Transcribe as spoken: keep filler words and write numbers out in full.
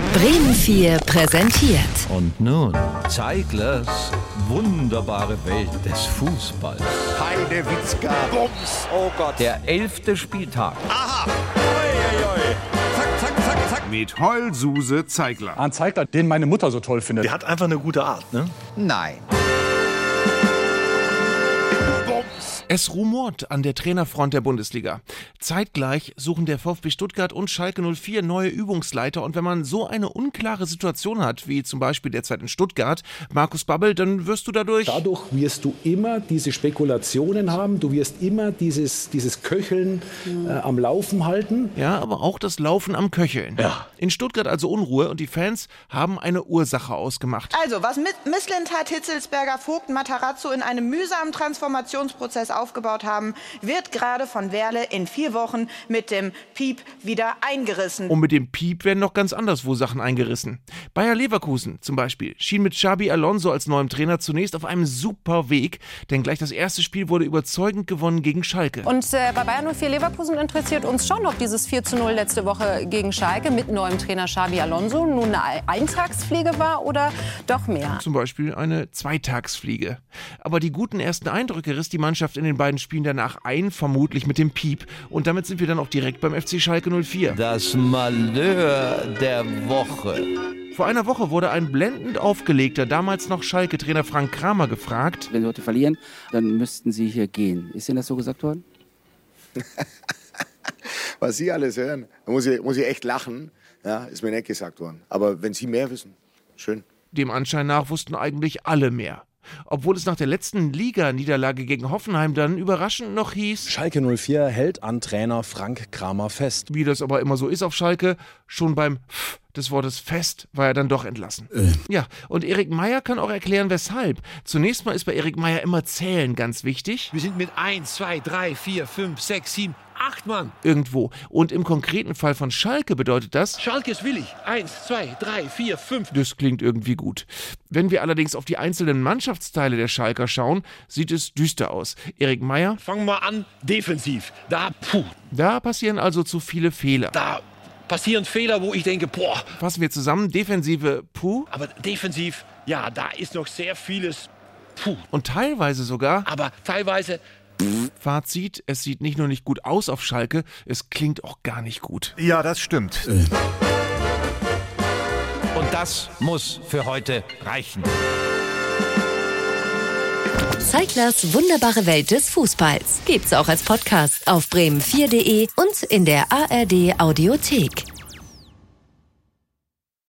Bremen vier präsentiert. Und nun Zeiglers wunderbare Welt des Fußballs. Heidewitzka, Bums, oh Gott. Der elfte Spieltag. Aha. Ui, ui, ui. Zack, zack, zack, zack. Mit Heulsuse Zeigler. Arndt Zeigler, den meine Mutter so toll findet. Der hat einfach eine gute Art, ne? Nein. Es rumort an der Trainerfront der Bundesliga. Zeitgleich suchen der VfB Stuttgart und Schalke null vier neue Übungsleiter. Und wenn man so eine unklare Situation hat, wie zum Beispiel derzeit in Stuttgart, Markus Babbel, dann wirst du dadurch... Dadurch wirst du immer diese Spekulationen haben, du wirst immer dieses, dieses Köcheln äh, am Laufen halten. Ja, aber auch das Laufen am Köcheln. Ja. In Stuttgart also Unruhe und die Fans haben eine Ursache ausgemacht. Also, was Mislintat, Hitzelsberger, Vogt, Matarazzo in einem mühsamen Transformationsprozess aufgebaut haben, wird gerade von Werle in vier Wochen mit dem Piep wieder eingerissen. Und mit dem Piep werden noch ganz anderswo Sachen eingerissen. Bayer Leverkusen zum Beispiel schien mit Xabi Alonso als neuem Trainer zunächst auf einem super Weg, denn gleich das erste Spiel wurde überzeugend gewonnen gegen Schalke. Und äh, bei Bayer null vier Leverkusen interessiert uns schon noch dieses vier zu null letzte Woche gegen Schalke mit neuem Trainer Xabi Alonso nun eine Eintagsfliege war oder doch mehr? Zum Beispiel eine Zweitagsfliege. Aber die guten ersten Eindrücke riss die Mannschaft in den beiden Spielen danach ein, vermutlich mit dem Piep. Und damit sind wir dann auch direkt beim F C Schalke null vier. Das Malheur der Woche. Vor einer Woche wurde ein blendend aufgelegter, damals noch Schalke-Trainer Frank Kramer gefragt. Wenn wir heute verlieren, dann müssten Sie hier gehen. Ist Ihnen das so gesagt worden? Was Sie alles hören, da muss ich, muss ich echt lachen. Ja, ist mir nicht gesagt worden. Aber wenn Sie mehr wissen, schön. Dem Anschein nach wussten eigentlich alle mehr. Obwohl es nach der letzten Liga-Niederlage gegen Hoffenheim dann überraschend noch hieß: Schalke null vier hält an Trainer Frank Kramer fest. Wie das aber immer so ist auf Schalke, schon beim F des Wortes Fest war er dann doch entlassen. Äh. Ja, und Erik Meyer kann auch erklären, weshalb. Zunächst mal ist bei Erik Meyer immer Zählen ganz wichtig. Wir sind mit eins, zwei, drei, vier, fünf, sechs, sieben, acht Mann. Irgendwo. Und im konkreten Fall von Schalke bedeutet das: Schalke ist willig. Eins, zwei, drei, vier, fünf. Das klingt irgendwie gut. Wenn wir allerdings auf die einzelnen Mannschaftsteile der Schalker schauen, sieht es düster aus. Erik Meyer: Fangen wir an, defensiv. Da, puh. Da passieren also zu viele Fehler. Da passieren Fehler, wo ich denke, boah. Fassen wir zusammen, Defensive, puh. Aber defensiv, ja, da ist noch sehr vieles, puh. Und teilweise sogar, aber teilweise, Fazit, es sieht nicht nur nicht gut aus auf Schalke, es klingt auch gar nicht gut. Ja, das stimmt. Und das muss für heute reichen. Zeiglers wunderbare Welt des Fußballs gibt's auch als Podcast auf bremen vier punkt de und in der A R D Audiothek.